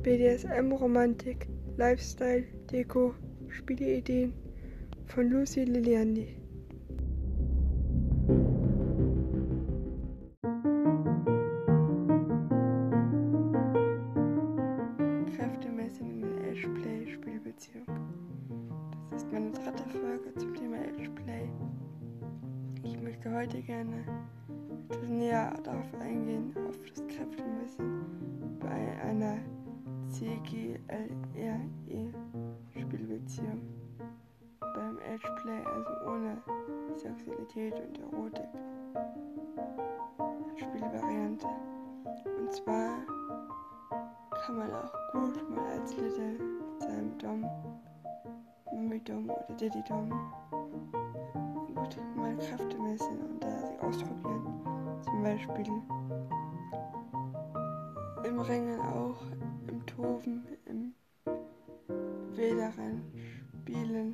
BDSM, Romantik, Lifestyle, Deko, Spieleideen von Lucy Liliandi. Kräftemessen in der Edgeplay-Spielbeziehung. Das ist meine 3. Folge zum Thema Edgeplay. Ich möchte heute gerne etwas näher darauf eingehen, auf das Kräftemessen bei einer CGLRE-Spielbeziehung. Beim Edgeplay, also ohne Sexualität und Erotik. Spielvariante. Und zwar kann man auch gut mal als Little mit seinem Dom, Mummy-Dom oder Daddy-Dom gut mal Kräfte messen und da sich ausprobieren. Zum Beispiel im Ringen auch, im Toben, im Wähleren spielen.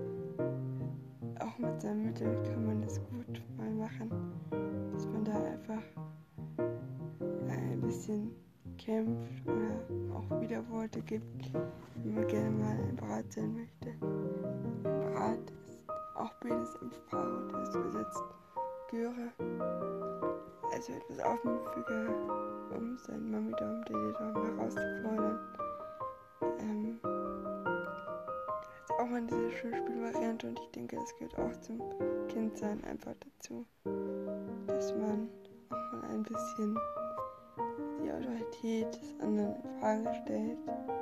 Auch mit seinem Mittel kann man das gut mal machen, dass man da einfach ein bisschen kämpft oder auch Widerworte gibt, wenn man gerne mal ein Brat sein möchte. Ein Brat ist auch BDSM-Sprache, das übersetzt Göre, also etwas aufmüpfiger, um seinen Mummy-Dom, Daddy-Dom herauszufordern. Das ist auch eine sehr schöne Spielvariante und ich denke, das gehört auch zum Kindsein einfach dazu, dass man auch mal ein bisschen die Autorität des anderen in Frage stellt,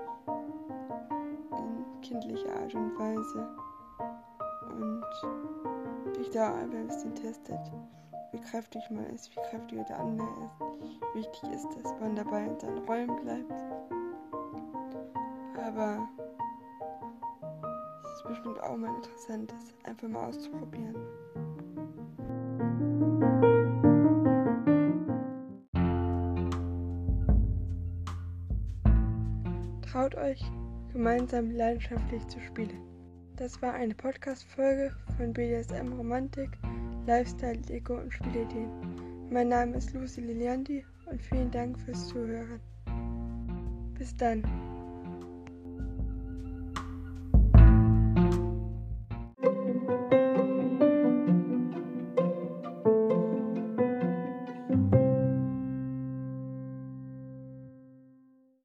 in kindlicher Art und Weise und sich da einfach ein bisschen testet, wie kräftig man ist, wie kräftiger der andere ist. Wichtig ist, dass man dabei in seinen Rollen bleibt, aber es ist bestimmt auch mal interessant, das einfach mal auszuprobieren. Traut euch, gemeinsam leidenschaftlich zu spielen. Das war eine Podcast-Folge von BDSM Romantik, Lifestyle, Deko und Spielideen. Mein Name ist Lucy Liliandi und vielen Dank fürs Zuhören. Bis dann.